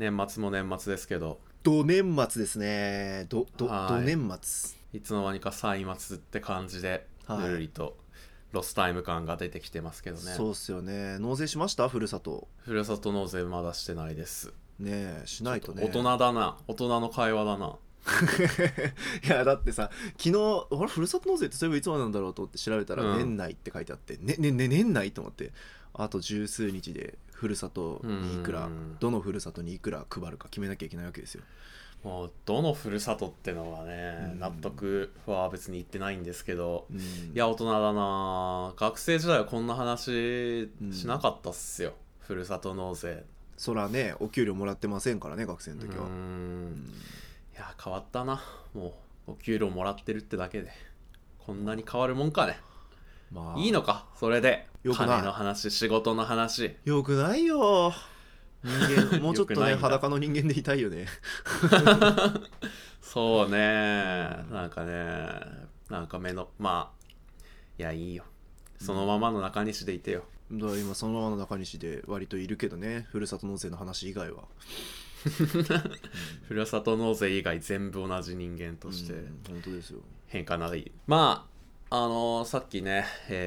年末も年末ですけど、 ど年末ですね。ど年末。 いつの間にか歳末って感じで、ぬるりとロスタイム感が出てきてますけどね。 そうっすよね。納税しました？ふるさと。 ふるさと納税まだしてないです。 ねえ、しないとね。 大人だな。大人の会話だな。 いやだってさ、昨日あれふるさと納税ってそういえばいつまでなんだろうと思って調べたら、年内って書いてあって、年内と思って、あと十数日でふるさとにいくら、どのふるさとにいくら配るか決めなきゃいけないわけですよ。 もうどのふるさとってのはね、納得は別に言ってないんですけど、いや大人だな。学生時代はこんな話しなかったっすよ、ふるさと納税。 そらね、お給料もらってませんからね、学生の時は。 いや変わったな。もうお給料もらってるってだけでこんなに変わるもんかね。まあいいのかそれで。金の話、仕事の話よくないよ。人間もうちょっとね裸の人間でいたいよね。 そうね、なんかね、なんかまあいやいいよ、そのままの中西でいてよ。 だから今そのままの中西で割といるけどね、ふるさと納税の話以外は。 ふるさと納税以外全部同じ人間として本当ですよ。 変化ない。まあさっきね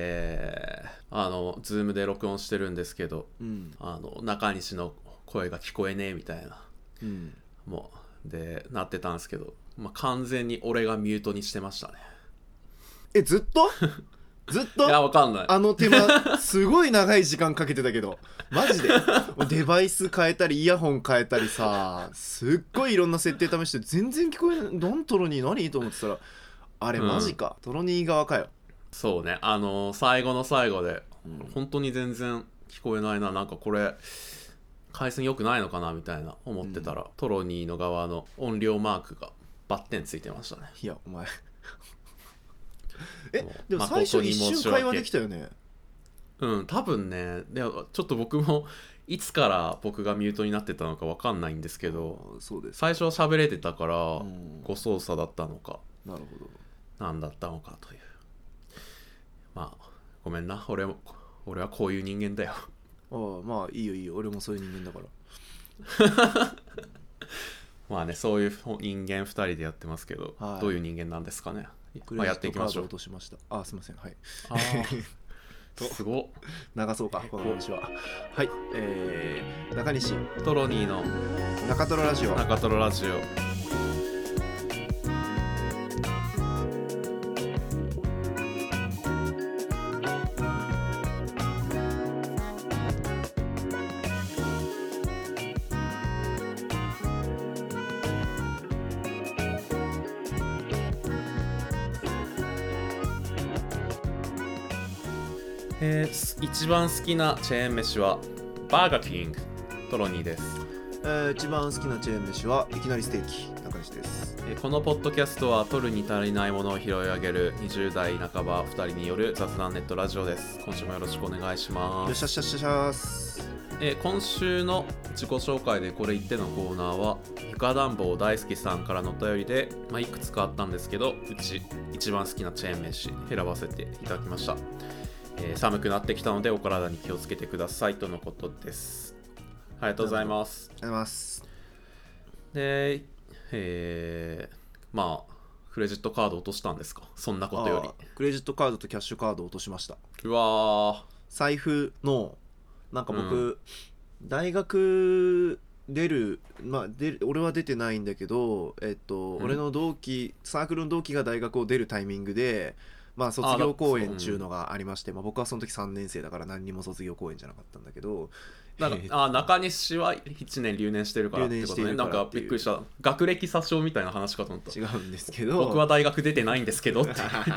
ズームで録音してるんですけど、中西の声が聞こえねえみたいな、もうでなってたんですけど、完全に俺がミュートにしてましたね。 ずっとずっといやわかんない、 あの手間すごい長い時間かけてたけど、マジでデバイス変えたりイヤホン変えたりさ、すっごいいろんな設定試して全然聞こえない。ドントロニー何と思ってたら、あれマジか、トロニー側かよ。 そうね、最後の最後で、本当に全然聞こえないな、なんかこれ回線良くないのかなみたいな思ってたら、トロニーの側の音量マークがバッテンついてましたね。 いやお前でも最初一瞬会話できたよね。 多分ね。でちょっと僕もいつから僕がミュートになってたのか分かんないんですけど、最初は喋れてたから誤操作だったのか、 なるほど、 何だったのかという。まあごめんな、俺はこういう人間だよ。 まあいいよいいよ、俺もそういう人間だからまあね、そういう人間2人でやってますけど、どういう人間なんですかね。やっていきましょう。 落としました。すいません。はい。 すごっ。 流そうかこの話は。はい。中西トロニーの中トロラジオ。 中トロラジオ。一番好きなチェーン飯はバーガーキング、トロニーです。 一番好きなチェーン飯はいきなりステーキ、中西です。 このポッドキャストは取るに足りないものを拾い上げる20代半ば2人による雑談ネットラジオです。今週もよろしくお願いします。 よっしゃっしゃっしゃしゃーす。 今週の自己紹介でこれ言ってのコーナーは、床暖房大好きさんからのお便りで、いくつかあったんですけど、うち一番好きなチェーン飯選ばせていただきました。寒くなってきたのでお体に気をつけてくださいとのことです。ありがとうございます。 ありがとうございます。 で、クレジットカード落としたんですか？そんなことより。 クレジットカードとキャッシュカード落としました。 うわー。 財布のなんか僕、大学出る、俺は出てないんだけど、俺の同期、サークルの同期が大学を出るタイミングで、卒業公演っていうのがありまして、僕はその時3年生だから何にも卒業公演じゃなかったんだけど、 中西は1年留年してるからってことね。なんかびっくりした。学歴詐称みたいな話かと思った。 違うんですけど、 僕は大学出てないんですけどって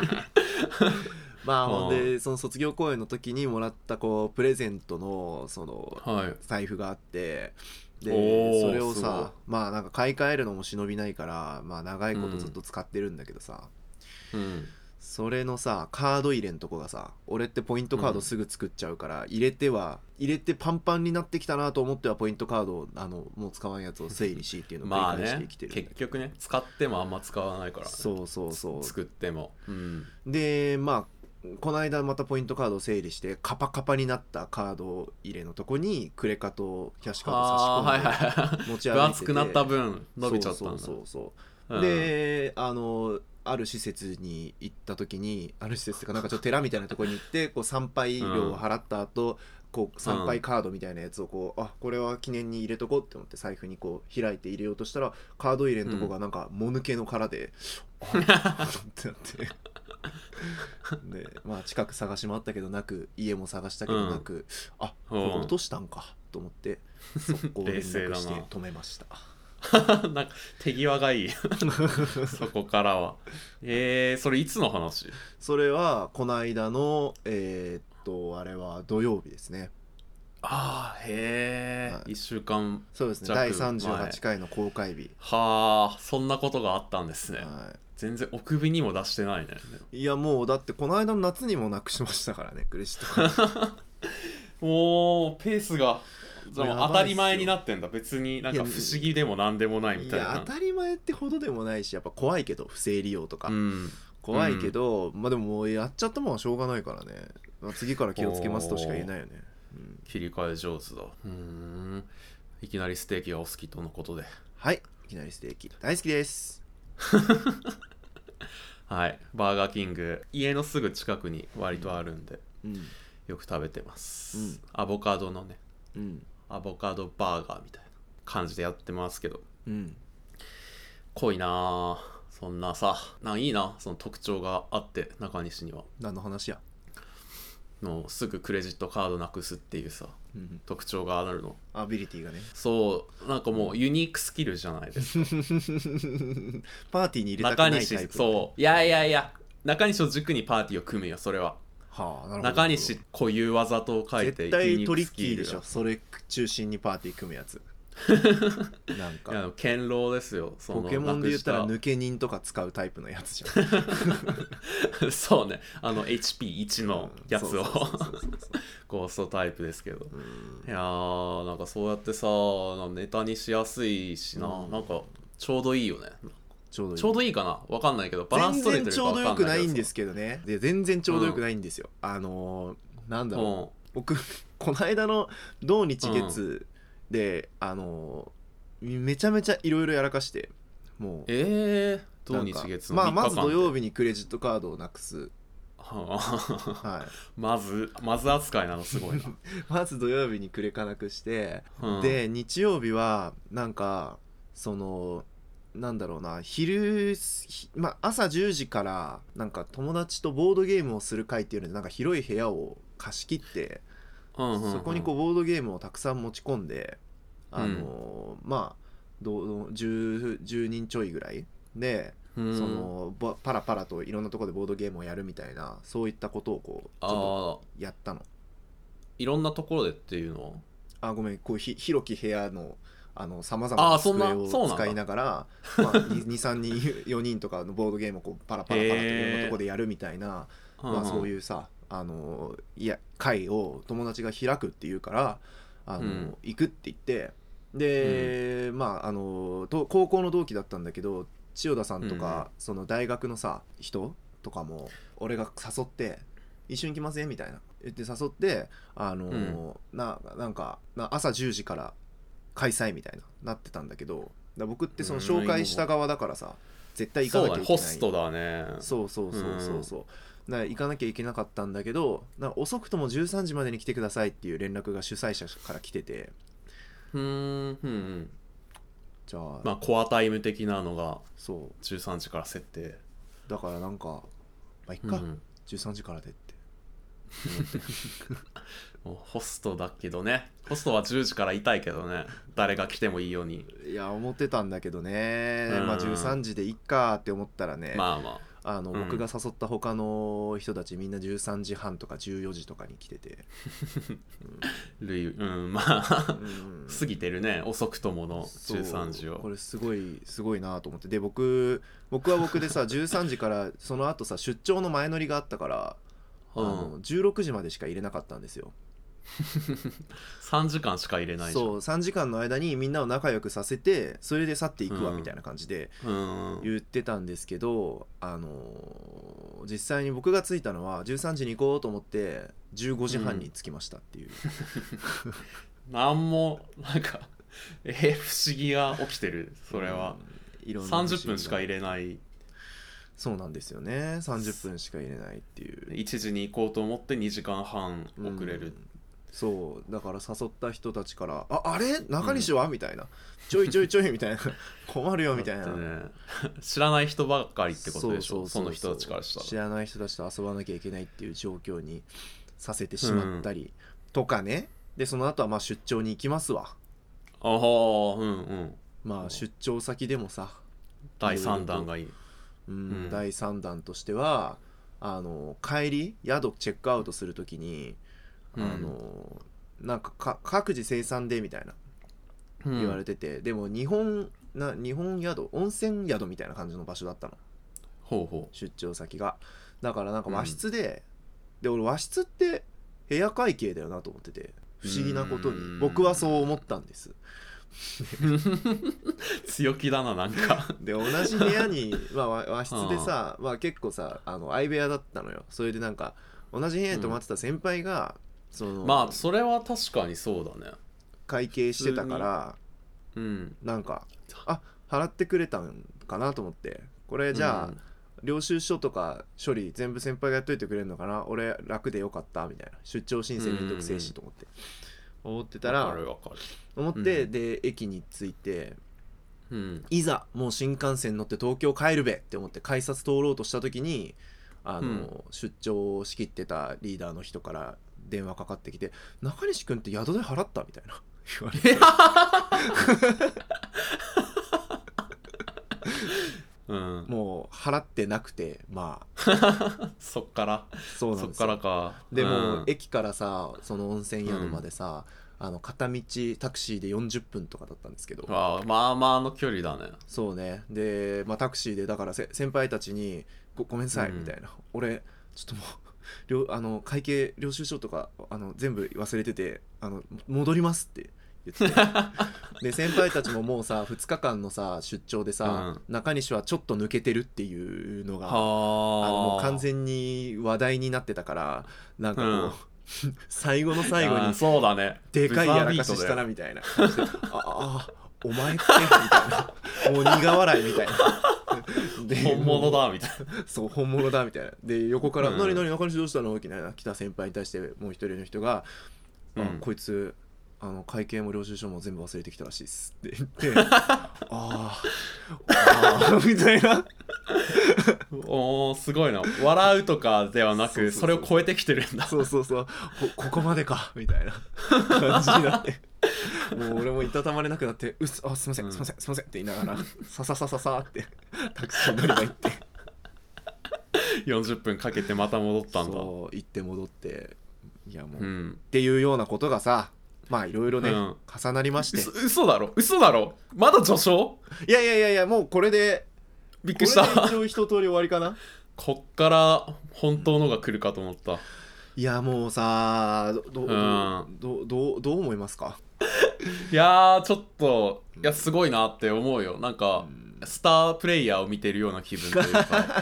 ほんでその卒業公演の時にもらったプレゼントの財布があって、でそれをさ、なんか買い替えるのも忍びないから、長いことずっと使ってるんだけどさ、それのさカード入れんとこがさ、俺ってポイントカードすぐ作っちゃうから、入れてパンパンになってきたなと思ってはポイントカードをもう使わんやつを整理しっていうのを繰り返して生きてるんだけど、 結局ね使ってもあんま使わないから、ね、 そう作っても、 でこの間またポイントカードを整理してカパカパになったカード入れのとこにクレカとキャッシュカード差し込んで持ち歩いてて、 分厚くなった分伸びちゃったんだ。 そうである施設に行った時に、ある施設とかなんかちょっと寺みたいなところに行ってこう参拝料を払った後、こう参拝カードみたいなやつをこう、あこれは記念に入れとこうって思って財布にこう開いて入れようとしたら、カード入れのとこがなんかもぬけの殻で、ってなってでまあ近く探しもあったけどなく、家も探したけどなく、あこれ落としたんかと思って速攻連絡して止めました。 なんか手際がいいそこからは。それいつの話？ それはこの間のあれは土曜日ですね。 ああへえ、はい、1週間。 そうですね、第38回の公開日。 はあ、そんなことがあったんですね。 はい、 全然お首にも出してないね。 いやもうだってこの間の夏にもなくしましたからね、クレジットカードもうペースが当たり前になってんだ。別になんか不思議でもなんでもないみたいな。 いや当たり前ってほどでもないし、やっぱ怖いけど不正利用とか、怖いけど、まあでももうやっちゃったもんはしょうがないからね、まあ、次から気をつけますとしか言えないよね。 切り替え上手だ。いきなりステーキがお好きとのことで。 はい、いきなりステーキ大好きですはい、バーガーキング家のすぐ近くに割とあるんで、よく食べてます、アボカドのね、アボカドバーガーみたいな感じでやってますけど、濃いなそんなさ。いいな、その特徴があって中西には。 何の話やのすぐクレジットカードなくすっていうさ、特徴があるの。 アビリティがね。 そうなんかもうユニークスキルじゃないですかパーティーに入れたくないタイプ、ね、 そういや中西を軸にパーティーを組むよそれは。 はあ、なるほど。 中西固有技と書いて絶対トリッキーでしょ、それ中心にパーティー組むやつなんかいや堅牢ですよ。そのポケモンで言ったら抜け人とか使うタイプのやつじゃんそうね、HP1 のやつをゴーストタイプですけど、いやーなんかそうやってさネタにしやすいしな、なんかちょうどいいよね。ちょうどいいかな、わかんないけどバランス取れてるかわかんないけど、 全然ちょうどよくないんですけどね。で全然ちょうどよくないんですよ、なんだろう、僕この間の土日月、でめちゃめちゃいろいろやらかして、もう土日月の3日間で、 まず土曜日にクレジットカードをなくすはい、まず扱いなのすごいなまず土曜日にクレカなくして、で日曜日はなんかなんだろうな、朝10時からなんか友達とボードゲームをする会っていうのでなんか広い部屋を貸し切って、そこにこうボードゲームをたくさん持ち込んで、まあ10人ちょいぐらいで、パラパラといろんなところでボードゲームをやるみたいな、そういったことをこうちょっとやったの。 いろんなところでっていうのは、 ごめん、こう広き部屋のさまざまな机を使いながら、23人4人とかのボードゲームをこうパラパラといろんなところでやるみたいな、そういうさ会を友達が開くっていうから行くって言って、で、高校の同期だったんだけど、千代田さんとか、その大学のさ人とかも俺が誘って一緒に来ませんみたいな言って誘って、なんか朝10時から開催みたいなってたんだけど、僕ってその紹介した側だからさ、絶対行かなきゃいけない。 ホストだね。 そうだから行かなきゃいけなかったんだけど、遅くとも13時までに来てくださいっていう連絡が主催者から来てて、じゃあコアタイム的なのが13時から設定だからなんかいっか、13時からでってホストだけどね、ホストは10時からいたいけどね、誰が来てもいいように。 いや思ってたんだけどね、13時でいっかって思ったらね、僕が誘った他の人たちみんな13時半とか14時とかに来てて過ぎてるね、遅くともの13時を。 これすごいなと思って、で僕は僕でさ13時からその後さ出張の前乗りがあったから、16時までしか入れなかったんですよ 3時間しか入れないじゃん。 そう3時間の間にみんなを仲良くさせてそれで去っていくわみたいな感じで言ってたんですけど、実際に僕が着いたのは13時に行こうと思って15時半に着きましたっていう、 なんもなんか不思議が起きてる。それは、 いろんな 30分しか入れない。 そうなんですよね、30分しか入れないっていう。 1時に行こうと思って2時間半遅れる、 そうだから誘った人たちから「あれ中西は?」みたいな「ちょいちょいちょい」みたいな「困るよ」みたいな、 ね、知らない人ばっかりってことでしょ。その人たちからしたら知らない人たちと遊ばなきゃいけないっていう状況にさせてしまったりとかね。でその後はまあ出張に行きますわ。 ああ、うんうん。 まあ出張先でもさ第3弾がいい、 第3弾としては帰り宿チェックアウトするときになんか各自生産でみたいな言われてて、でも日本宿温泉宿みたいな感じの場所だったの。 ほうほう。 出張先がだからなんか和室で、で俺和室って部屋会計だよなと思ってて、不思議なことに僕はそう思ったんです。 強気だななんかで同じ部屋に、まあ、和室でさ、まあ、結構さ相部屋だったのよ。それでなんか同じ部屋に泊まってた先輩が、 まあそれは確かにそうだね。 会計してたから、なんか払ってくれたんかなと思って、これじゃあ、領収書とか処理全部先輩がやっといてくれるのかな、俺楽でよかったみたいな、出張申請めんどくせえしと思ってたら思って、で駅に着いて、いざもう新幹線乗って東京帰るべって思って改札通ろうとした時に出張を仕切ってたリーダーの人から電話かかってきて「中西君って宿代払った?」みたいな言われてもう払ってなくて、まあそっからそうなんですよ。 そっからか。 でも、駅からさその温泉宿までさ、片道タクシーで40分とかだったんですけど、 まあまあの距離だね。 そうね。で、まあ、タクシーでだから先輩たちにごめんなさいみたいな、俺ちょっともう会計領収書とか全部忘れてて戻りますって言ってで先輩たちももうさ2日間のさ出張でさ、中西はちょっと抜けてるっていうのがもう完全に話題になってたから、なんかこう、最後の最後にそうだね、 でかいやらかししたなみたいな感じでお前ってみたいな、もう苦笑いみたいなで本物だみたいなそう本物だみたいなで、横から何中西どうしたのみたいな来た先輩に対してもう一人の人が、こいつ会計も領収書も全部忘れてきたらしいっすって言ってあみたいなおーすごいな、笑うとかではなくそれを超えてきてるんだ。 そうここまでかみたいな感じになってもう俺もいたたまれなくなってすいませんって言いながらさってタクシー乗り場行って 40分かけてまた戻ったんだ。 そう行って戻って、いやもう、っていうようなことがさ、まあいろいろね、重なりまして。 嘘だろまだ序章？ いやもうこれでびっくりした。 これで一応一通り終わりかな。 こっから本当のが来るかと思った。 いやもうさどう思いますか？ いやちょっとすごいなって思うよ。なんかスタープレイヤーを見てるような気分というか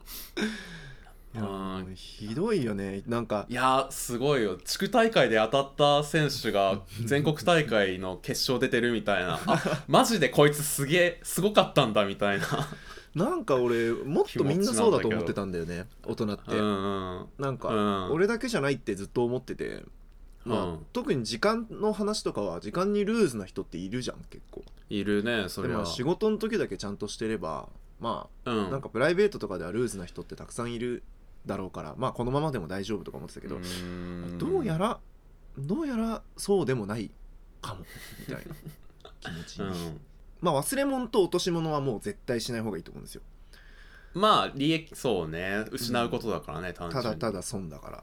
ひどいよね。なんかすごいよ。地区大会で当たった選手が全国大会の決勝出てるみたいなマジでこいつすごかったんだみたいななんか俺もっとみんなそうだと思ってたんだよね、大人って。なんか、俺だけじゃないってずっと思ってて、特に時間の話とかは時間にルーズな人っているじゃん、結構いるね。それは仕事の時だけちゃんとしてればなんかプライベートとかではルーズな人ってたくさんいるだろうから、このままでも大丈夫とか思ってたけど、どうやらそうでもないかもみたいな気持ちに、忘れ物と落とし物はもう絶対しない方がいいと思うんですよ。 利益そうね、失うことだからね、単純にただ損だから。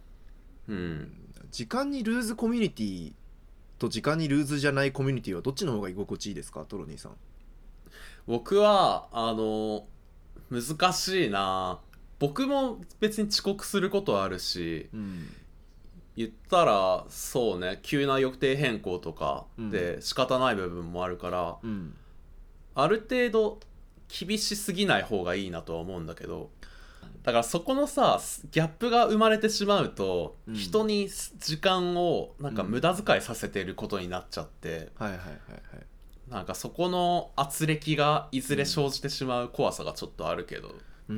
時間にルーズコミュニティと時間にルーズじゃないコミュニティはどっちの方が居心地いいですか、トロニーさん。 僕は難しいな。僕も別に遅刻することはあるし、 言ったらそうね、急な予定変更とかで仕方ない部分もあるから、 うん、 ある程度厳しすぎない方がいいなとは思うんだけど、だからそこのさギャップが生まれてしまうと、 うん、 人に時間をなんか無駄遣いさせてることになっちゃって、 はいはいはいはい、 なんかそこの圧力がいずれ生じてしまう怖さがちょっとあるけど、 うん、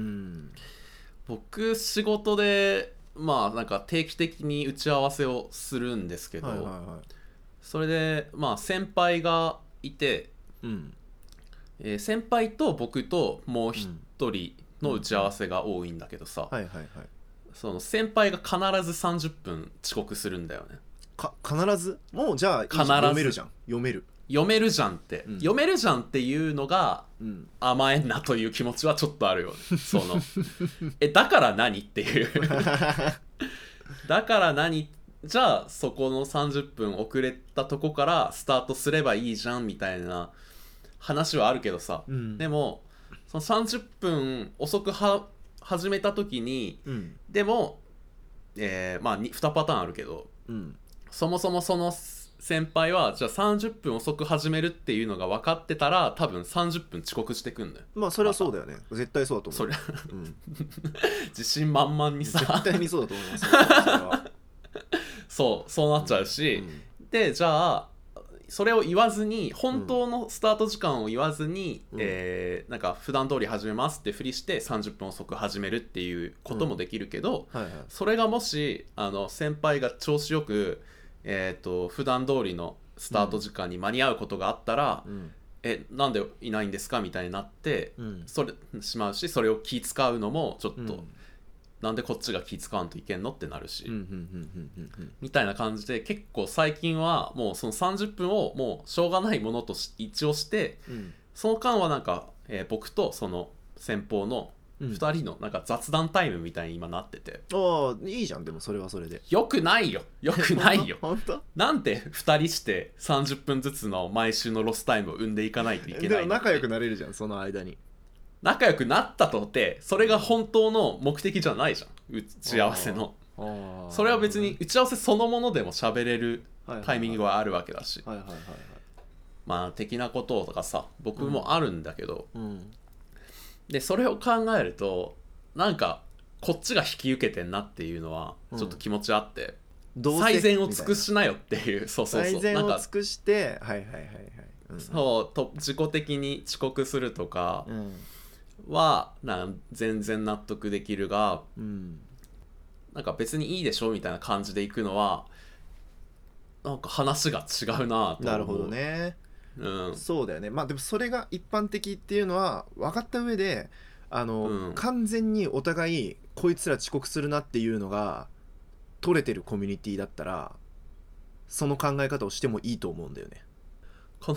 僕仕事でまあなんか定期的に打ち合わせをするんですけど、 はいはいはい、 それでまあ先輩がいて、 うん、 先輩と僕ともう一人の打ち合わせが多いんだけどさ、 はいはいはい、 その先輩が必ず30分遅刻するんだよね。 必ずもうじゃあいいじゃん、読めるじゃん、読めるじゃんって、読めるじゃんっていうのが甘えんなという気持ちはちょっとあるよね。そのだから何っていうだから何、じゃあそこの30分遅れたとこからスタートすればいいじゃんみたいな話はあるけどさ、 うん、 でもその30分遅く始めた時に、 うん、 でも、まあ 2パターンあるけど、 うん、 そもそもその先輩はじゃあ30分遅く始めるっていうのが分かってたら多分30分遅刻してくんだよ。 まあそれはそうだよね、絶対そうだと思う。 そりゃ、 うん、 自信満々にさ絶対にそうだと思いますよ、それはそうなっちゃうし、でじゃあそれを言わずに本当のスタート時間を言わずに、なんか普段通り始めますってふりして30分遅く始めるっていうこともできるけど、 はいはい、 それがもし先輩が調子よく、普段通りのスタート時間に間に合うことがあったら、なんでいないんですかみたいになって、それしまうし、それを気使うのもちょっと、なんでこっちが気使わんといけんのってなるし、みたいな感じで結構最近はもうその30分をもうしょうがないものと一応して、その間はなんか、僕とその先方の2人のなんか雑談タイムみたいに今なってて、 ああいいじゃん。でもそれはそれでよくないよ本当なんで2人して30分ずつの毎週のロスタイムを生んでいかないといけないの。 でも仲良くなれるじゃん、その間に。 仲良くなったとてそれが本当の目的じゃないじゃん、打ち合わせの。それは別に打ち合わせそのものでも喋れるタイミングはあるわけだし、まあ的なこととかさ僕もあるんだけど、でそれを考えるとなんかこっちが引き受けてんなっていうのはちょっと気持ちあって、最善を尽くしなよっていう、 最善を尽くして、 そうと自己的に遅刻するとかは全然納得できるが、なんか別にいいでしょみたいな感じでいくのはなんか話が違うなと思う。 なるほどね、そうだよね。まあでもそれが一般的っていうのは分かった上で完全にお互いこいつら遅刻するなっていうのが取れてるコミュニティだったらその考え方をしてもいいと思うんだよね。 こ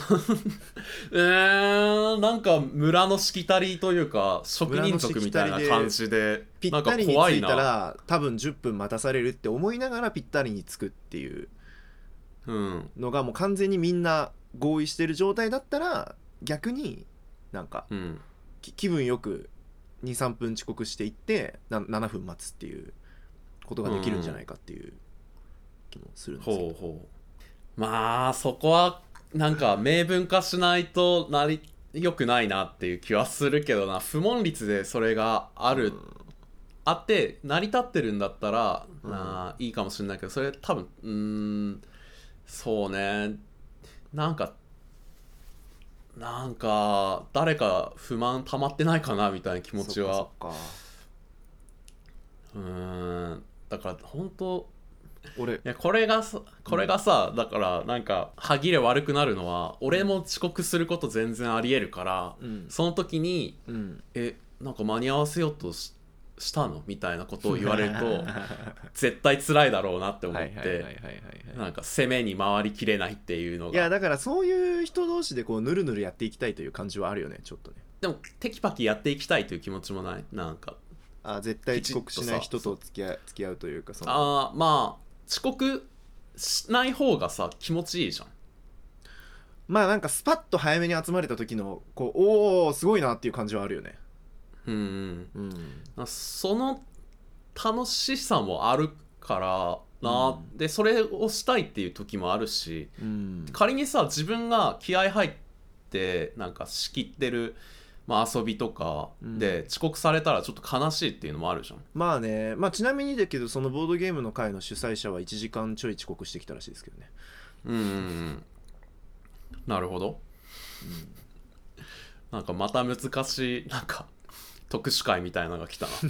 のなんか村のしきたりというか職人族みたいな感じでぴったりに着いたら多分10分待たされるって思いながらぴったりに着くっていうのがもう完全にみんな合意してる状態だったら逆になんか、気分よく 2,3 分遅刻していって7分待つっていうことができるんじゃないかっていう気もするんですけど、 まあそこはなんか明文化しないと良くないなっていう気はするけどな。不問率でそれがあって成り立ってるんだったら、いいかもしれないけど、それ多分そうね、なんか誰か不満溜まってないかなみたいな気持ちは。だから本当いやこれがさ、だからなんか歯切れ悪くなるのは、俺も遅刻すること全然ありえるから、その時に、なんか間に合わせようとしたのみたいなことを言われると絶対辛いだろうなって思って、なんか攻めに回りきれないっていうのが。 いやだからそういう人同士でこうぬるぬるやっていきたいという感じはあるよね、ちょっとね。 でもテキパキやっていきたいという気持ちもない？なんか絶対遅刻しない人と付き合うというか、 まあ遅刻しない方がさ気持ちいいじゃん。 まあなんかスパッと早めに集まれた時のこうおおすごいなっていう感じはあるよね。 その楽しさもあるから、 な、でそれをしたいっていう時もあるし、仮にさ自分が気合入ってなんか仕切ってる、遊びとかで遅刻されたらちょっと悲しいっていうのもあるじゃん。 まあね、ちなみにだけどそのボードゲームの会の主催者は1時間ちょい遅刻してきたらしいですけどね。 なるほど、なんかまた難しいなんか特殊会みたいなのが来たな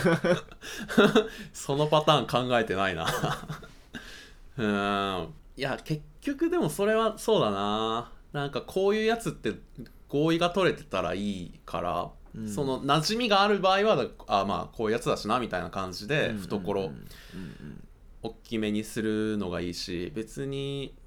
そのパターン考えてないないや結局でもそれはそうだな、なんかこういうやつって合意が取れてたらいいから、その馴染みがある場合はこういうやつだしなみたいな感じで懐大きめにするのがいいし、別に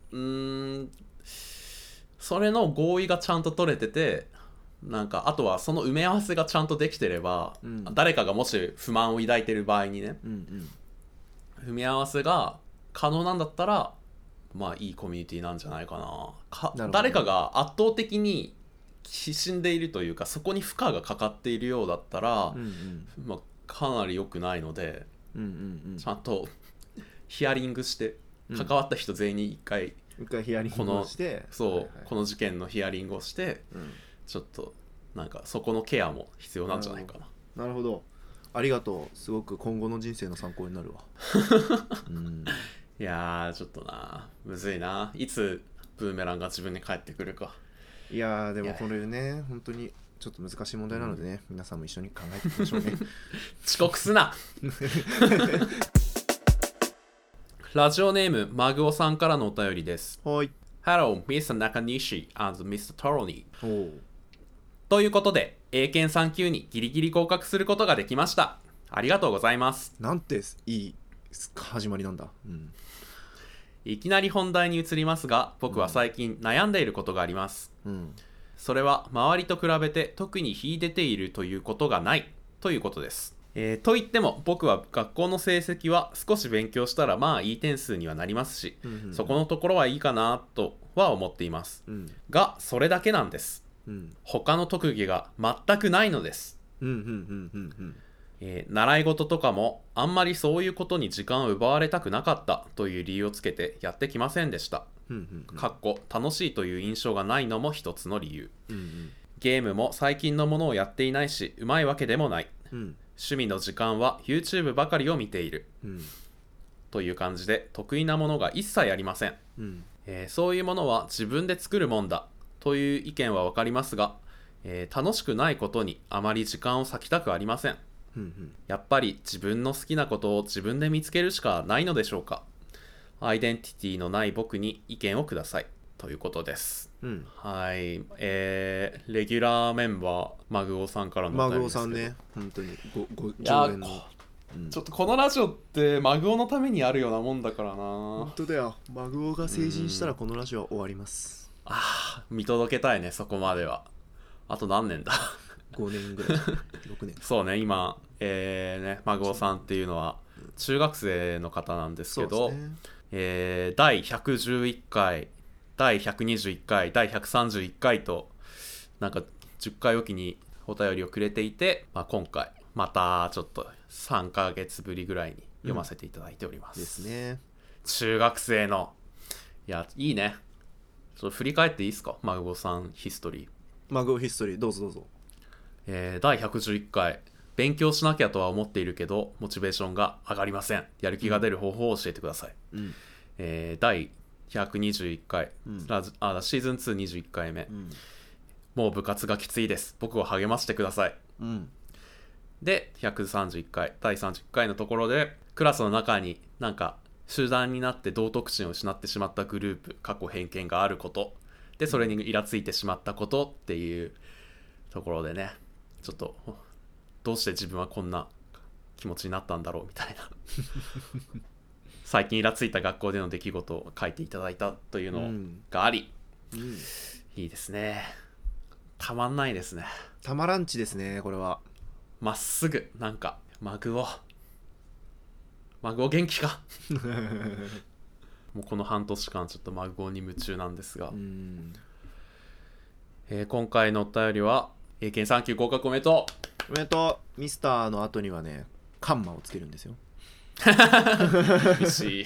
それの合意がちゃんと取れてて、なんかあとはその埋め合わせがちゃんとできてれば、誰かがもし不満を抱いてる場合にね、埋め合わせが可能なんだったらいいコミュニティなんじゃないかな。誰かが圧倒的にきしんでいるというか、そこに負荷がかかっているようだったら、かなり良くないので、ちゃんとヒアリングして関わった人全員に一回ヒアリングをしてこの事件のヒアリングをして、ちょっとなんかそこのケアも必要なんじゃないかな。 なるほど、ありがとう。すごく今後の人生の参考になるわいやーちょっとなむずいな、いつブーメランが自分に返ってくるか。 いやーでもこれね本当にちょっと難しい問題なのでね、皆さんも一緒に考えていきましょうね遅刻すなラジオネームマグオさんからのお便りです。 はい。 Hello Mr. Nakanishi and Mr. Toroni。 ということで英検3級にギリギリ合格することができました。ありがとうございます。 なんていい始まりなんだ。 いきなり本題に移りますが、僕は最近悩んでいることがあります。それは周りと比べて特に秀でているということがないということです。と言っても僕は学校の成績は少し勉強したらいい点数にはなりますし、そこのところはいいかなとは思っています、がそれだけなんです、他の特技が全くないのです。習い事とかもあんまりそういうことに時間を奪われたくなかったという理由をつけてやってきませんでした。楽しいという印象がないのも一つの理由。ゲームも最近のものをやっていないしうまいわけでもない、趣味の時間は YouTube ばかりを見ている、という感じで得意なものが一切ありません、そういうものは自分で作るもんだという意見はわかりますが、楽しくないことにあまり時間を割きたくありません。やっぱり自分の好きなことを自分で見つけるしかないのでしょうか。アイデンティティのない僕に意見をくださいということです。はい、レギュラーメンバーマグオさんからのお便りですけど、 マグオさんね本当に常連のちょっとこのラジオってマグオのためにあるようなもんだからな。 本当だよ、マグオが成人したらこのラジオは終わります。 見届けたいね、そこまでは。あと何年だ 5年ぐらい6年そうね、今マグオさんっていうのは中学生の方なんですけど、第111回第121回第131回となんか10回おきにお便りをくれていて、今回またちょっと3ヶ月ぶりぐらいに読ませていただいております、 ですね。 中学生のいいね。ちょっと振り返っていいですか、マグオさんヒストリー。 マグオヒストリーどうぞどうぞ。 第111回勉強しなきゃとは思っているけどモチベーションが上がりません。やる気が出る方法を教えてください。第121回、シーズン221回目、もう部活がきついです。僕を励ましてください。で131回第30回のところでクラスの中になんか集団になって道徳心を失ってしまったグループ過去偏見があることで、それにイラついてしまったことっていうところでね、ちょっとどうして自分はこんな気持ちになったんだろうみたいな最近イラついた学校での出来事を書いていただいたというのがあり、いいですね。たまんないですね。 たまらんちですね。これはまっすぐなんかマグオ元気かもうこの半年間ちょっとマグオに夢中なんですが、今回のお便りは英検3級合格おめでとう。 おめでとう。ミスターの後にはねカンマをつけるんですよ。 厳しい。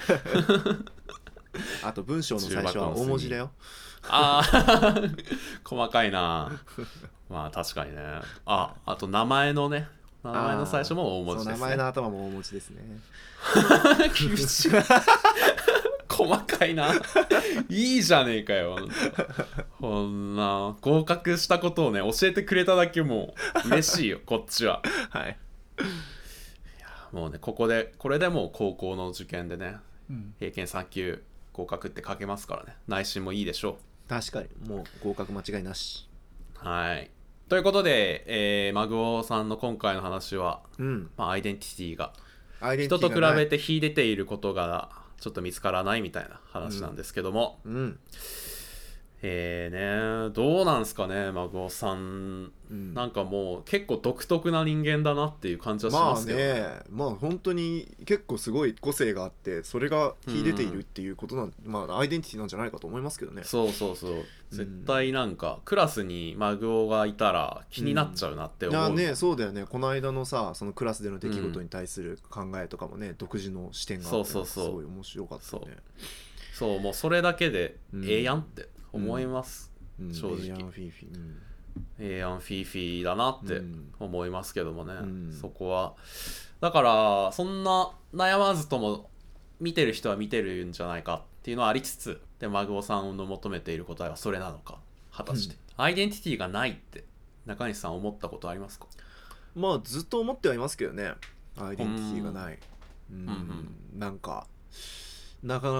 あと文章の最初は大文字だよ。 ああ細かいな。まあ確かにね。あと名前の最初も大文字ですね。 そう名前の頭も大文字ですね。 厳しい。細かいな。いいじゃねえかよ。こんな合格したことをね教えてくれただけもう嬉しいよこっちは。 はい。 いやもうねこれでもう高校の受験でね、英検3級合格って書けますからね。内心もいいでしょう。確かにもう合格間違いなし。 はい。ということで、マグオさんの今回の話は、アイデンティティが人と比べて秀でていることがちょっと見つからないみたいな話なんですけども、どうなんすかねマグオさん、なんかもう結構独特な人間だなっていう感じはしますけどね。 まあ本当に結構すごい個性があってそれが秀でているっていうことアイデンティティなんじゃないかと思いますけどね。 そう絶対なんかクラスにマグオがいたら気になっちゃうなって思う、 ね。そうだよね。この間のさそのクラスでの出来事に対する考えとかもね、独自の視点があってすごい面白かったね。 そうもうそれだけでええやんって思います、正直。 エイアンフィーフィー、 エイアンフィーフィーだなって思いますけどもね、そこはだからそんな悩まずとも見てる人は見てるんじゃないかっていうのはありつつ、でマグオさんの求めている答えはそれなのか果たして、アイデンティティがないって中西さん思ったことありますか？ まあずっと思ってはいますけどね。アイデンティティがない、なんかなか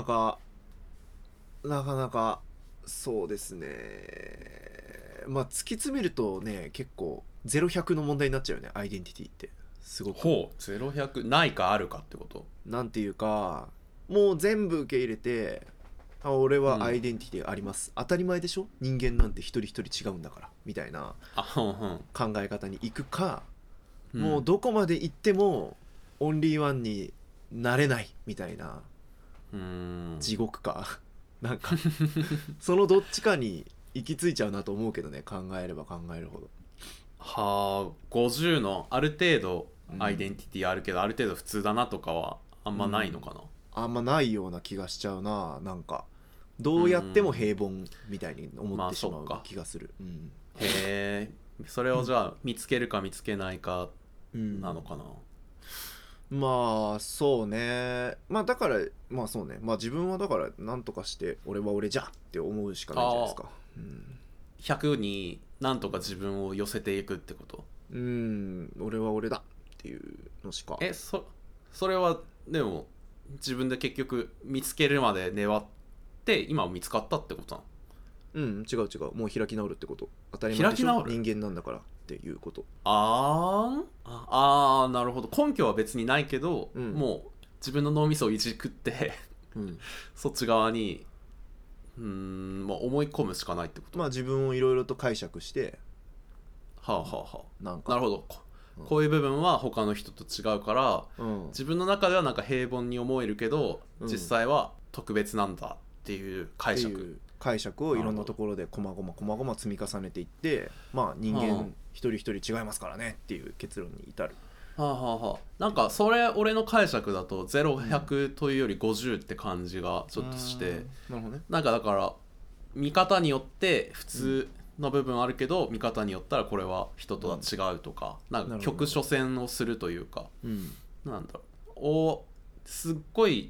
なかそうですね。まあ突き詰めるとね結構0100の問題になっちゃうよね。アイデンティティってすごく。 0100ないかあるかってこと？ なんていうかもう全部受け入れて俺はアイデンティティがあります、当たり前でしょ、人間なんて一人一人違うんだからみたいな考え方に行くか、もうどこまで行ってもオンリーワンになれないみたいな地獄かなんかそのどっちかに行き着いちゃうなと思うけどね、考えれば考えるほど。 はあ、50のある程度アイデンティティあるけど、ある程度普通だなとかはあんまないのかな、 あんまないような気がしちゃうな。なんかどうやっても平凡みたいに思ってしまう気がする、 へえ、それをじゃあ見つけるか見つけないかなのかな、 まあそうね。まあだからまあそうね。まあ自分はだから何とかして俺は俺じゃって思うしかないんじゃないですか。 100に何とか自分を寄せていくってこと？ 俺は俺だっていうのしか。 それはでも自分で結局見つけるまで粘って今見つかったってことなの？ 違うもう開き直るってこと。当たり前でしょ、人間なんだからっていうこと。 なるほど。根拠は別にないけど、もう自分の脳みそをいじくってそっち側にもう思い込むしかないってこと。 まあ自分をいろいろと解釈してなるほど、こういう部分は他の人と違うから、自分の中ではなんか平凡に思えるけど、実際は特別なんだっていう解釈をいろんなところでこまごま積み重ねていって、まあ人間一人一人違いますからねっていう結論に至る。 なんかそれ俺の解釈だと0100というより50って感じがちょっとして、 なるほどね。 なんかだから見方によって普通の部分あるけど、見方によったらこれは人とは違うとか、なんか局所線をするというか、なんだろう、すっごい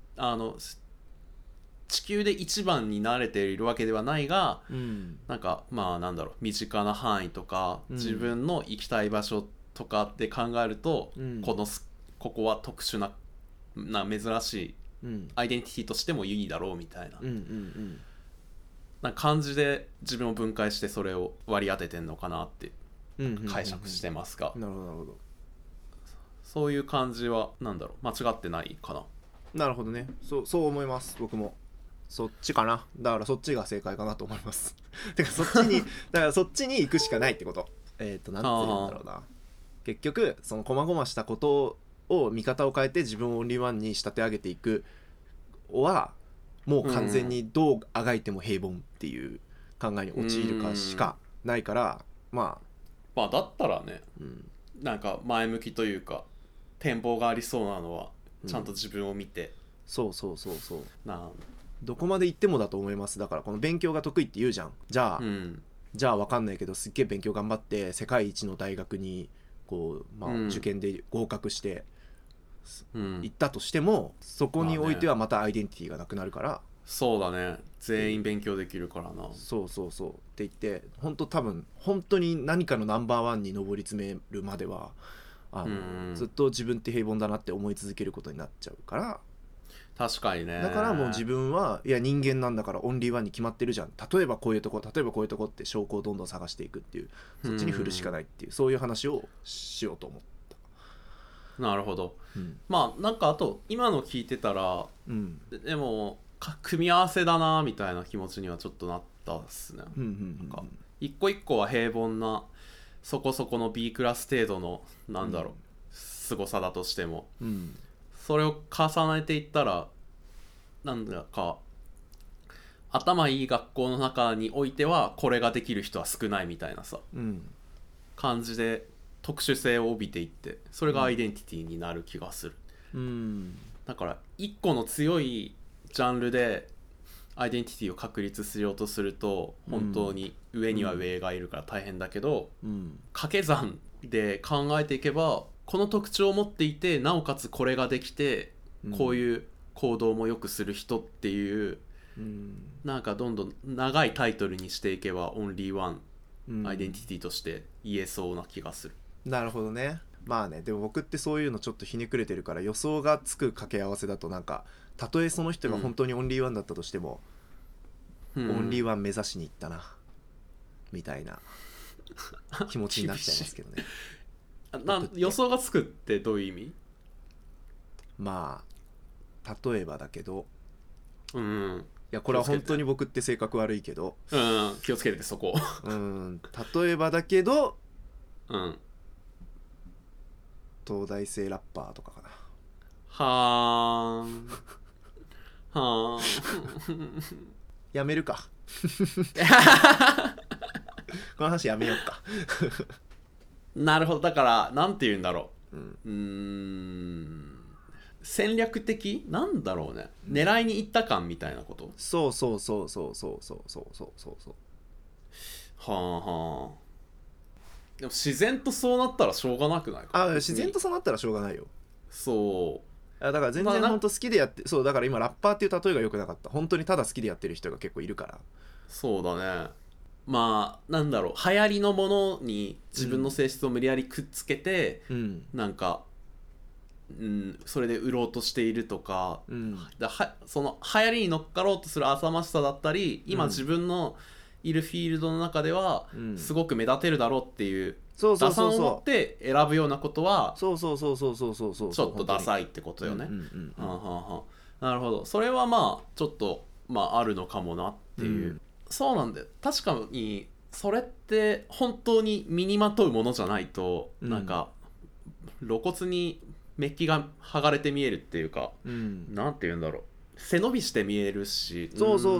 地球で一番に慣れているわけではないが、なんかまあなんだろう、身近な範囲とか、自分の行きたい場所とかって考えると、ここは特殊な珍しいアイデンティティとしてもいいだろうみたいな、なんか感じで自分を分解してそれを割り当ててんのかなって解釈してますが、 なるほどそういう感じはなんだろう、間違ってないかな。 なるほどね。そう思います。僕もそっちかな。だからそっちが正解かなと思いますてかそっちに行くしかないってこと。なんて言うんだろうな。結局その細々したことを見方を変えて自分をオンリーワンに仕立て上げていくはもう完全にどうあがいても平凡っていう考えに陥るかしかないから、まあだったらね、なんか前向きというか展望がありそうなのはちゃんと自分を見て、 そうそうそうそう、 などこまで行ってもだと思います。だからこの勉強が得意って言うじゃん。じゃあ、じゃあ分かんないけどすっげえ勉強頑張って世界一の大学にこう、まあ、受験で合格して行ったとしても、そこにおいてはまたアイデンティティがなくなるから、 そうだね、全員勉強できるからな。 そうそうそうって言って、本当多分本当に何かのナンバーワンに上り詰めるまではずっと自分って平凡だなって思い続けることになっちゃうから。 確かにね。 だからもう自分はいや人間なんだからオンリーワンに決まってるじゃん、例えばこういうとこ例えばこういうとこって証拠をどんどん探していくっていう、そっちに振るしかないっていう、そういう話をしようと思った。 なるほど、まあなんかあと今の聞いてたら、でも組み合わせだなみたいな気持ちにはちょっとなったっすね。なんか一個一個は平凡なそこそこの B クラス程度のなんだろう、凄さだとしても、それを重ねていったらなんだか頭いい学校の中においてはこれができる人は少ないみたいなさ、感じで特殊性を帯びていって、それがアイデンティティになる気がする。だから一個の強いジャンルでアイデンティティを確立しようとすると本当に上には上がいるから大変だけど、掛け算で考えていけばこの特徴を持っていてなおかつこれができてこういう行動もよくする人っていう、なんかどんどん長いタイトルにしていけばオンリーワンアイデンティティとして言えそうな気がする。 なるほどね。まあね、でも僕ってそういうのちょっとひねくれてるから、予想がつく掛け合わせだとなんかたとえその人が本当にオンリーワンだったとしても、オンリーワン目指しに行ったなみたいな気持ちになっちゃいますけどね予想がつくってどういう意味？ まあ例えばだけど、 いやこれは本当に僕って性格悪いけど、 気をつけてそこ例えばだけど、東大生ラッパーとかかな。 はーんやめるかこの話やめようかなるほど。だからなんて言うんだろう、戦略的なんだろうね、狙いに行った感みたいなこと。 そうそうそうそうそうそうそうそうそうそう。 はあはあ。でも自然とそうなったらしょうがなくないか。 自然とそうなったらしょうがないよ。 そうだから全然本当好きでやって、そうだから今ラッパーっていう例えが良くなかった。本当にただ好きでやってる人が結構いるから。 そうだね。まあなんだろう、流行りのものに自分の性質を無理やりくっつけて、なんかそれで売ろうとしているとか、その流行りに乗っかろうとする浅ましさだったり、今自分のいるフィールドの中ではすごく目立てるだろうっていう打算を持って選ぶようなことはちょっとダサいってことよね。なるほど。それはまあちょっとあるのかもなっていう、そうなんだよ。確かにそれって本当に身にまとうものじゃないと、なんか露骨にメッキが剥がれて見えるっていうか、なんて言うんだろう、背伸びして見えるし、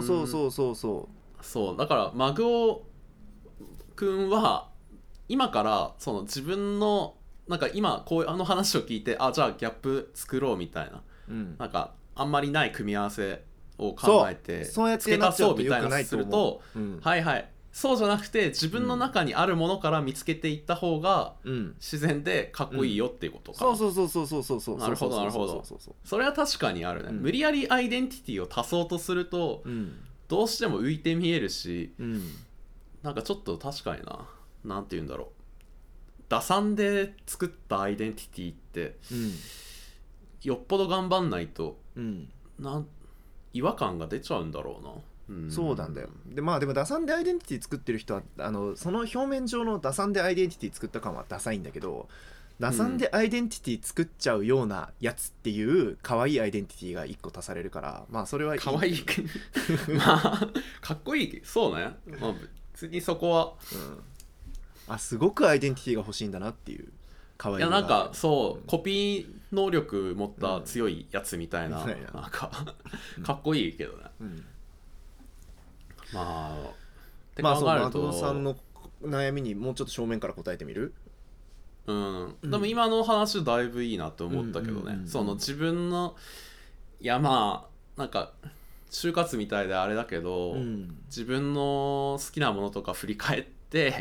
そうだからマグオくんは今からその自分のなんか今こういう話を聞いて、じゃあギャップ作ろうみたいな、なんかあんまりない組み合わせを考えて付け足そうみたいなすると、はいはい、そうじゃなくて自分の中にあるものから見つけていった方が自然でかっこいいよっていうことかな。 そうなるほどなるほど。それは確かにあるね。無理やりアイデンティティを足そうとするとどうしても浮いて見えるし、なんかちょっと確かになんて言うんだろう、打算で作ったアイデンティティって、よっぽど頑張んないと、違和感が出ちゃうんだろうな。 そうなんだよ。でも打算でアイデンティティ作ってる人はその表面上の打算でアイデンティティ作った感はダサいんだけど、打算でアイデンティティ作っちゃうようなやつっていう可愛いアイデンティティが1個足されるから、それはいい。 可愛いかっこいい。そうね。別にそこは、 すごくアイデンティティが欲しいんだなっていう可愛い。 いやなんかそう、コピー能力持った強いやつみたいな、なんかかっこいいけどね。って考えると、 マグロさんの悩みにもうちょっと正面から答えてみる？ うん、でも今の話だいぶいいなって思ったけどね、その自分のいやまあなんか就活みたいであれだけど、自分の好きなものとか振り返って、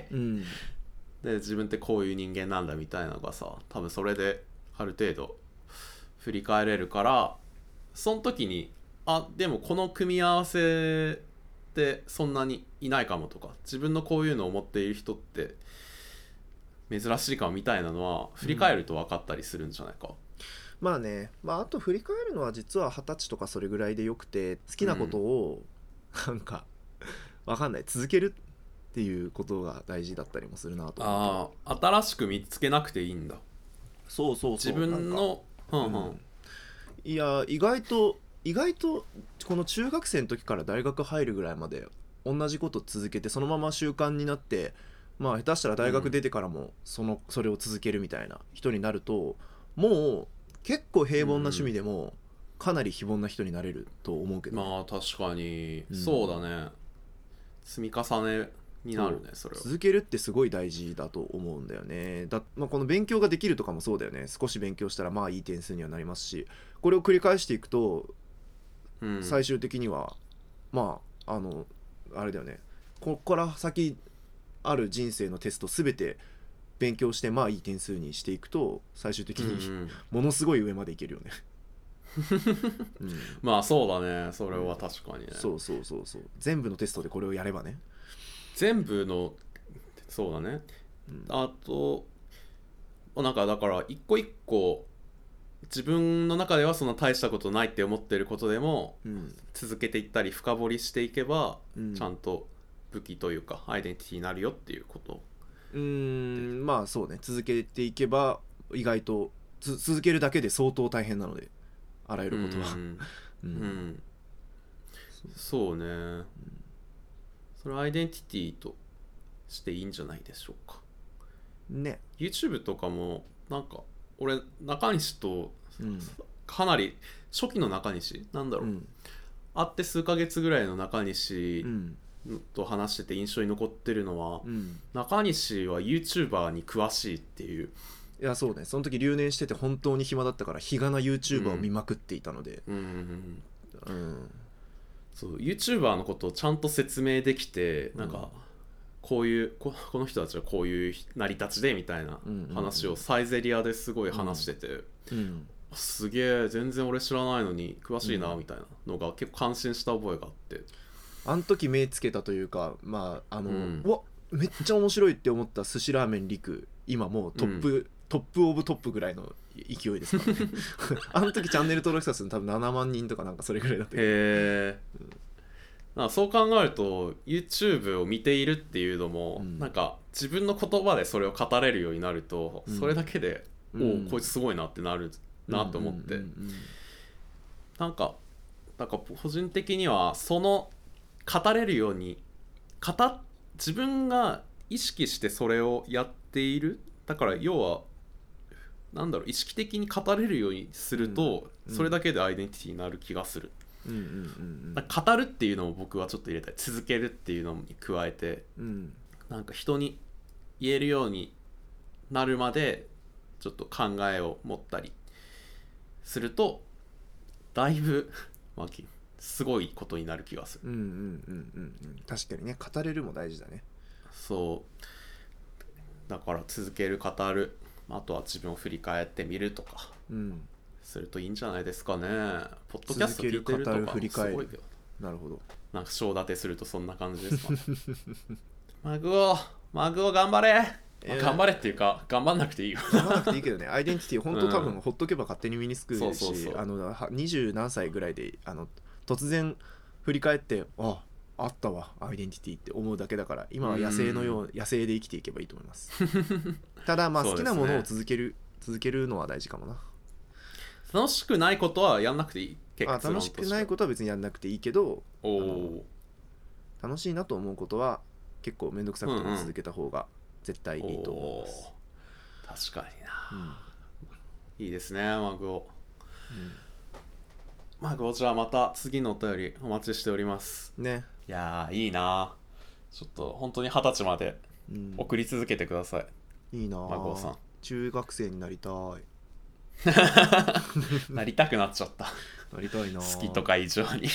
で自分ってこういう人間なんだみたいなのがさ、多分それである程度振り返れるから、その時にでもこの組み合わせってそんなにいないかもとか、自分のこういうのを持っている人って珍しいかもみたいなのは振り返ると分かったりするんじゃないか。 まあね、あと振り返るのは実は20歳とかそれぐらいでよくて、好きなことをなんか分かんない続けるっていうことが大事だったりもするなと思って。 新しく見つけなくていいんだ。 そう自分のいや意外とこの中学生の時から大学入るぐらいまで同じこと続けて、そのまま習慣になって、下手したら大学出てからもそれを続けるみたいな人になると、もう結構平凡な趣味でもかなり非凡な人になれると思うけど、 まあ確かにそうだね、積み重ねになるね。それは続けるってすごい大事だと思うんだよね。この勉強ができるとかもそうだよね。少し勉強したらいい点数にはなりますし、これを繰り返していくと、最終的にはあれだよね、ここから先ある人生のテスト全て勉強していい点数にしていくと、最終的にものすごい上までいけるよね。 まあそうだね、それは確かにね。 そう全部のテストでこれをやればね、 全部のそうだね、あとなんかだから一個一個自分の中ではそんな大したことないって思ってることでも、続けていったり深掘りしていけば、ちゃんと武器というかアイデンティティになるよっていうこと。 そうね、続けていけば意外と続けるだけで相当大変なので、あらゆることはそうね、それアイデンティティとしていいんじゃないでしょうかね。 YouTube とかもなんか俺中西とかなり初期の中西会って数ヶ月ぐらいの中西と話してて印象に残ってるのは、中西は YouTuber に詳しいっていう。 いやそうね、その時留年してて本当に暇だったから日がな YouTuber を見まくっていたので、 そう YouTuber のことをちゃんと説明できて、なんかこの人たちはこういう成り立ちでみたいな話をサイゼリアですごい話してて、すげえ全然俺知らないのに詳しいなみたいなのが結構感心した覚えがあって、 あの時目つけたというか、うわめっちゃ面白いって思った寿司ラーメン陸、今もうトップオブトップぐらいの勢いですからねあの時チャンネル登録者数多分7万人とかなんかそれぐらいだったけど、 なんかそう考えると YouTube を見ているっていうのも、なんか自分の言葉でそれを語れるようになると、それだけで、こいつすごいなってなるなと思って、なんか個人的にはその語れるように自分が意識してそれをやっている、だから要は意識的に語れるようにすると、それだけでアイデンティティになる気がする。語るっていうのも僕はちょっと入れたい。続けるっていうのに加えて、なんか人に言えるようになるまでちょっと考えを持ったりすると、だいぶすごいことになる気がする。 確かにね、語れるも大事だね。 そうだから続ける、語る、あとは自分を振り返ってみるとかするといいんじゃないですかね。ポッドキャスト聞いてるとかすごいけど、 なるほど、 なんか章立てするとそんな感じですかねマグオ頑張れ、頑張れっていうか頑張んなくていいよ頑張らなくていいけどね、アイデンティティ本当多分ほっとけば勝手に身につくし、20何歳ぐらいで突然振り返ってあったわアイデンティティって思うだけだから、今は野生で生きていけばいいと思いますただ好きなものを続けるのは大事かもな。 楽しくないことはやんなくていい。 楽しくないことは別にやんなくていいけど、楽しいなと思うことは結構めんどくさくても続けた方が絶対いいと思います。 確かにな、いいですねマグオ、マグオ、じゃあまた次のお便りお待ちしておりますね。 いやいいな、ちょっと本当に20歳まで送り続けてください、 いいな。 マグオさん。 中学生になりたい。 なりたくなっちゃった。 なりたいな。 好きとか以上に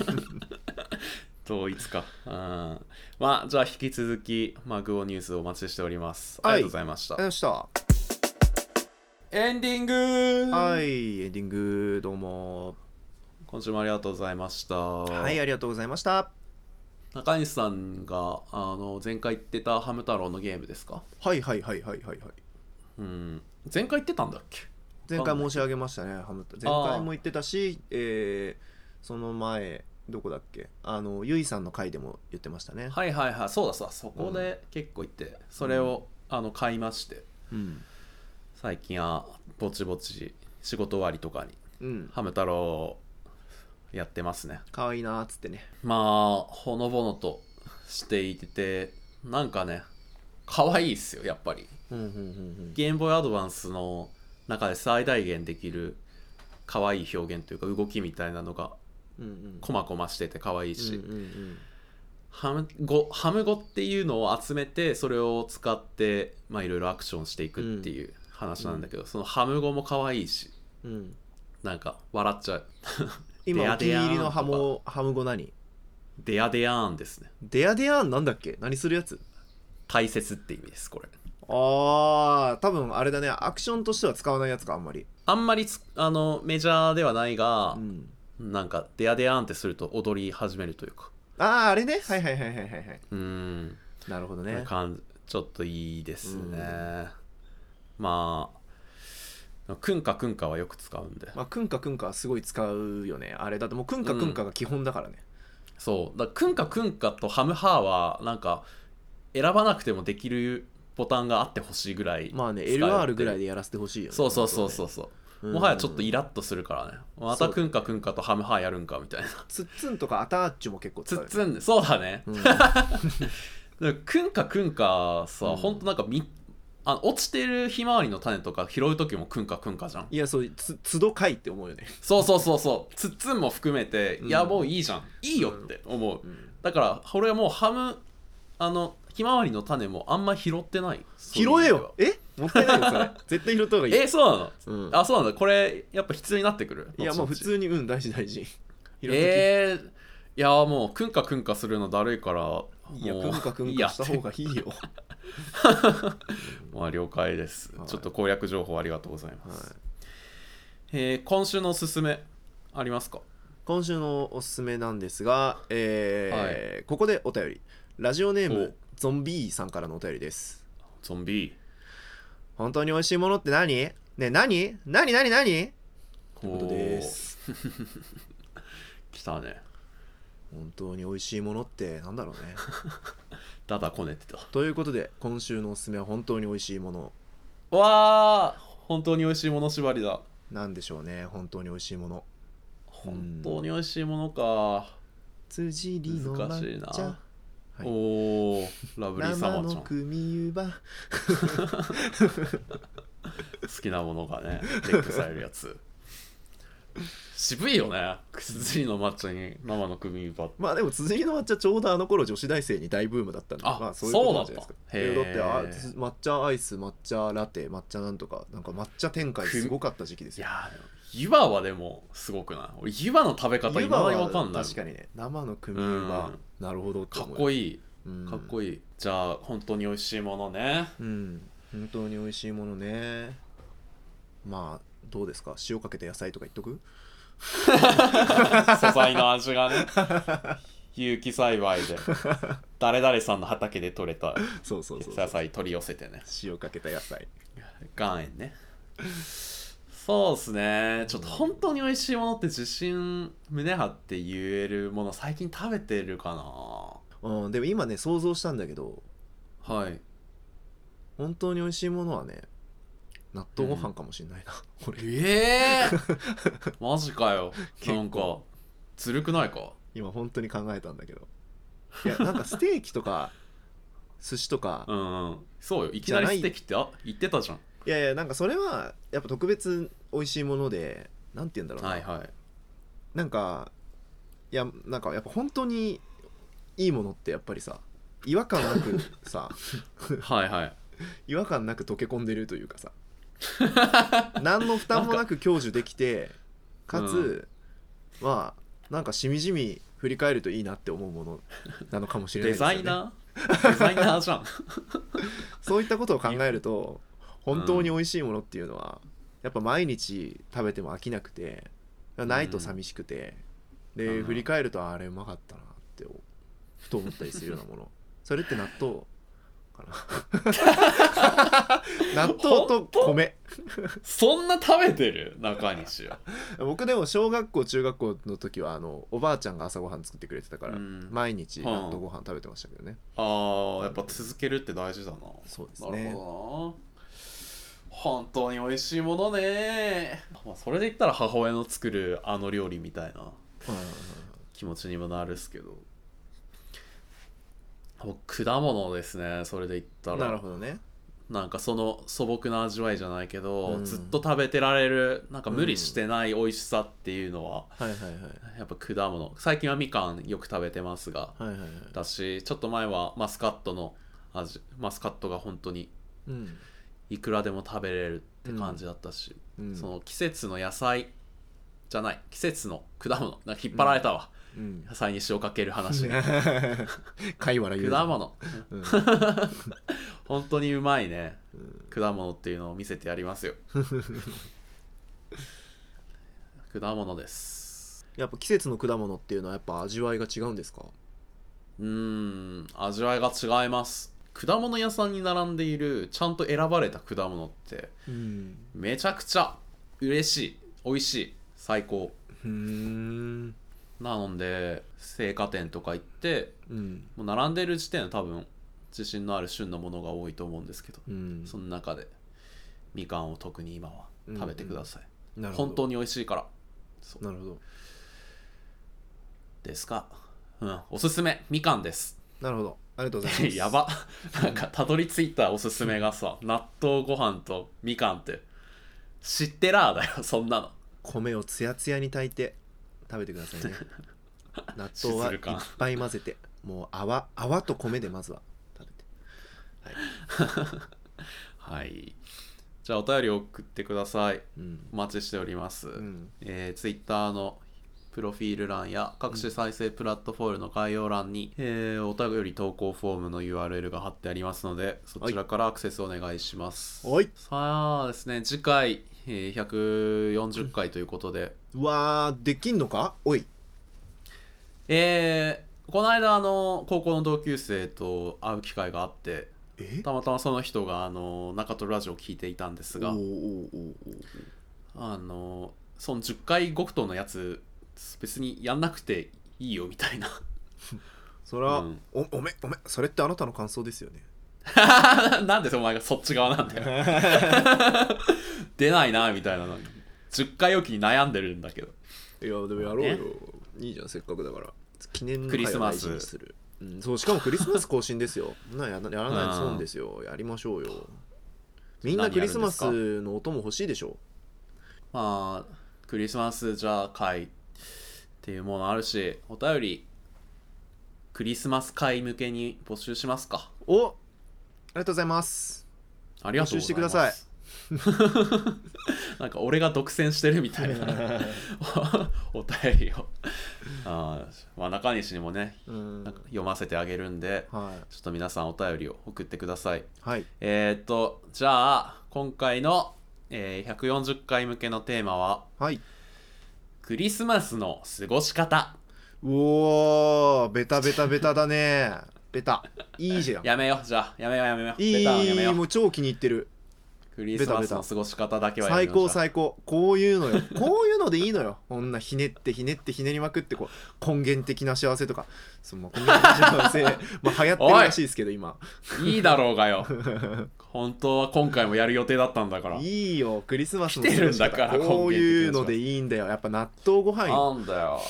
統一か。まあじゃあ引き続きマグオニュースをお待ちしております。ありがとうございました。 ありがとうございました。 エンディング。 はい、エンディング。どうも今週もありがとうございました。 はい、ありがとうございました。 中西さんが前回言ってたハム太郎のゲームですか？ はいはいはいはいはいはい。 前回言ってたんだっけ？ 前回申し上げましたね。前回も言ってたし、その前どこだっけ、ゆいさんの回でも言ってましたね。 はいはいはい、そうだそうだ、そこで結構言って、それを、買いまして、最近はぼちぼち仕事終わりとかに、ハム太郎やってますね。 かわいいなーっつってね。 まあほのぼのとしていて、なんかねかわいいっすよやっぱり。ゲームボーイアドバンスの中で最大限できる可愛い表現というか動きみたいなのがコマコマしてて可愛いし、ハム語っていうのを集めてそれを使ってまあいろいろアクションしていくっていう話なんだけど、そのハム語も可愛いし、なんか笑っちゃう。 今お気に入りのハム語何？ デヤデヤーンですね。 デヤデヤーンなんだっけ？何するやつ？ 大切って意味ですこれ。 多分あれだね、アクションとしては使わないやつか。あんまりメジャーではないが、なんかデヤデヤーンってすると踊り始めるというか、 あれね、はいはいはいはいはいはい。なるほどね。 ちょっといいですね。まあクンカクンカはよく使うんで、 クンカクンカはすごい使うよね。あれだってもうクンカクンカが基本だからね。 そうだ、クンカクンカとハムハーはなんか選ばなくてもできるボタンがあってほしいぐらい。 まあね、 LR ぐらいでやらせてほしいよね。 そう、もはやちょっとイラッとするからね。またクンカクンカとハムハーやるんかみたいな。 ツッツンとかアタッチュも結構使う、ね、 ツッツン、そうだね。クンカクンカさ、ほんとなんか落ちてるひまわりの種とか拾う時もクンカクンカじゃん。 いや、そうつどかいって思うよね。 そうツッツンも含めて、いやもういいじゃん、いいよって思う。だから俺はもうひまわりの種もあんま拾ってない。 拾えよ。もったいないよそれ。絶対拾った方がいい。 そうなの、そうなんだ。これやっぱ必要になってくる。 いやもう普通に大事拾いやもうクンカクンカするのだるいから、 いやクンカクンカした方がいいよ。 まあ了解です、ちょっと攻略情報ありがとうございます、今週のおすすめありますか？ 今週のおすすめなんですが、ここでお便り。ラジオネームゾンビーさんからのお便りです。 ゾンビー、 本当に美味しいものって何？ねえ、何ということです。 来たね。 本当に美味しいものってなんだろうね。 だだこねてた。 ということで今週のおすすめは本当に美味しいもの。 わー、本当に美味しいもの縛りだ。 なんでしょうね、本当に美味しいもの。 本当に美味しいものか。 辻りの難しいな、 はい、 おー、ラブリーサマちゃん。 生の組湯葉。 好きなものがねレックされるやつ。渋いよね、辻りの抹茶に生の組湯葉。 まあでも辻りの抹茶ちょうどあの頃女子大生に大ブームだったんで、まあそういうことなんじゃないですか。だって抹茶アイス、抹茶ラテ、抹茶なんとか、なんか抹茶展開すごかった時期ですよ。 いや湯葉はでもすごくない？俺湯葉の食べ方いまだに分かんない。 確かにね、生の組湯葉、なるほど、 かっこいい、かっこいい。じゃあ本当に美味しいものね。 本当に美味しいものね。まあどうですか、塩かけた野菜とか言っとく？ 素材の味がね、有機栽培で誰々さんの畑で採れた野菜取り寄せてね、 塩かけた野菜岩塩ね。そうですね。ちょっと本当に美味しいものって自信胸張って言えるもの最近食べてるかな。 でも今ね想像したんだけど、 はい、 本当に美味しいものはね納豆ご飯かもしれないな、俺。 マジかよ。なんかずるくないか。 今本当に考えたんだけど、いやなんかステーキとか寿司とかそうよ、いきなりステーキって言ってたじゃん。 いやなんかそれはやっぱ特別美味しいもので、なんて言うんだろうな、なんかなんかやっぱ本当にいいものってやっぱりさ、違和感なくさ違和感なく溶け込んでるというかさ、 何の負担もなく享受できてかつ、まあなんかしみじみ振り返るといいなって思うものなのかもしれないですよね。 デザイナーじゃんそういったことを考えると本当に美味しいものっていうのはやっぱ毎日食べても飽きなくてないと寂しくて、で振り返るとあれうまかったなってふと思ったりするようなものそれって納豆かな納豆と米そんな食べてる中西は。 僕でも小学校中学校の時はおばあちゃんが朝ごはん作ってくれてたから、毎日納豆ご飯食べてましたけどね。 ああやっぱ続けるって大事だな。 そうですね。 なるほどな。本当に美味しいものね。まあ、それで言ったら母親の作るあの料理みたいな気持ちにもなるっすけど、果物ですね。それで言ったらなるほどね。 なんかその素朴な味わいじゃないけど、ずっと食べてられるなんか無理してない美味しさっていうのは、やっぱ果物、最近はみかんよく食べてますが、だしちょっと前はマスカットの味、マスカットが本当にいくらでも食べれるって感じだったし、その季節の野菜じゃない季節の果物なんか引っ張られたわ、野菜に塩かける話貝原果物、本当にうまいね、果物っていうのを見せてやりますよ果物です。 やっぱ季節の果物っていうのはやっぱ味わいが違うんですか？ 味わいが違います。果物屋さんに並んでいるちゃんと選ばれた果物って、めちゃくちゃ嬉しい、美味しい、最高。なので青果店とか行って、もう並んでる時点で多分自信のある旬のものが多いと思うんですけど、その中でみかんを特に今は食べてください。本当に美味しいから。 なるほどですか。おすすめみかんです。 なるほど、ありがとうございますやば、なんかたどり着いたおすすめがさ納豆ご飯とみかんって知ってらーだよ。そんなの米をツヤツヤに炊いて食べてくださいね納豆はいっぱい混ぜてもう泡と米でまずは食べてはい、じゃあお便りを送ってください、お待ちしております、Twitter のプロフィール欄や各種再生プラットフォームの概要欄に、お便り投稿フォームの URL が貼ってありますので、そちらからアクセスお願いします。さあですね、次回、140回ということで、 うわーできんのか。おい、 この間高校の同級生と会う機会があって、たまたまその人が中トロラジオを聞いていたんですが、その10回ごくとのやつ別にやんなくていいよみたいなそれは、おめそれってあなたの感想ですよねなんでお前がそっち側なんだよ出ないなみたいなの10回おきに悩んでるんだけど、 いやでもやろうよ、いいじゃん、せっかくだから記念の会を大事にする。そう、しかもクリスマス更新ですよやらないと損ですよ。やりましょうよ。みんなクリスマスの音も欲しいでしょ。 まあクリスマスじゃあ会っていうものあるし、お便りクリスマス会向けに募集しますか。 ありがとうございます。 ありがとうございます。募集してくださいなんか俺が独占してるみたいなお便りを中西にもね、なんか読ませてあげるんで、ちょっと皆さんお便りを送ってください。じゃあ今回の、140回向けのテーマは、クリスマスの過ごし方。 おーベタだね。ベタいいじゃん。 やめよう、じゃあやめよういい、ベタやめよう。もう超気に入ってる。 クリスマスの過ごし方だけはやめましょう。最高。こういうのよこういうのでいいのよ。こんなひねりまくって根源的な幸せとか、根源的な幸せまあ流行ってるらしいですけど今いいだろうがよ本当は今回もやる予定だったんだから。 いいよ、クリスマスの来てるんだから。 こういうのでいいんだよ。やっぱ納豆ご飯なんだよ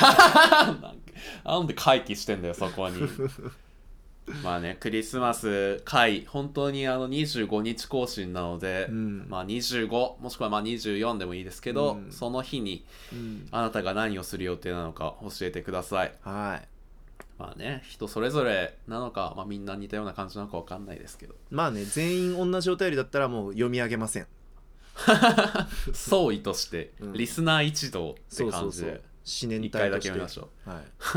なんで回帰してんだよそこにまあね、クリスマス回本当に25日更新なので、まあ25もしくはまあ24でもいいですけど、その日にあなたが何をする予定なのか教えてください。まあね、人それぞれなのか、まあ、みんな似たような感じなのか分かんないですけど、 まあね、全員同じお便りだったらもう読み上げません。 総意としてリスナー一同って感じで1回だけ見ましょう。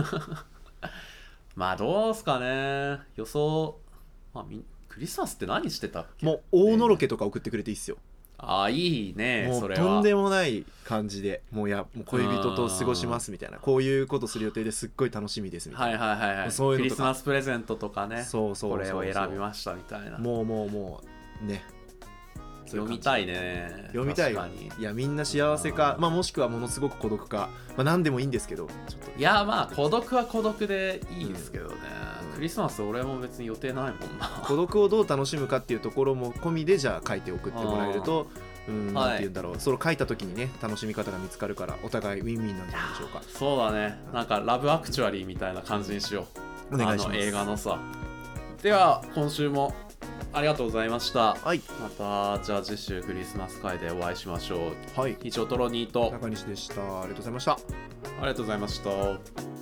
まあどうすかね、予想、まあ、クリスマスって何してたっけ。 もう大のろけとか送ってくれていいっすよ。 ああいいね。 もうそれはとんでもない感じでもう恋人と過ごしますみたいな、こういうことする予定ですっごい楽しみですみたいな、 はいはいはいはい、 そういうのとかクリスマスプレゼントとかね、 そうこれを選びましたみたいな。 もうね、 読みたいね。 読みたいよ。いやみんな幸せか、まあ、もしくはものすごく孤独か、まあ、何でもいいんですけど、ちょっといやまあ孤独は孤独でいいですけどね、クリスマス俺も別に予定ないもんな。 孤独をどう楽しむかっていうところも込みでじゃあ書いて送ってもらえると、なんて言うんだろう、それを書いた時にね楽しみ方が見つかるからお互いウィンウィンなんじゃないでしょうか。 そうだね、なんかラブアクチュアリーみたいな感じにしよう。 お願いします。 映画のさ。では今週もありがとうございました。 はい、 またじゃあ次週クリスマス会でお会いしましょう。 はい、 以上トロニーと中西でした。ありがとうございました。 ありがとうございました。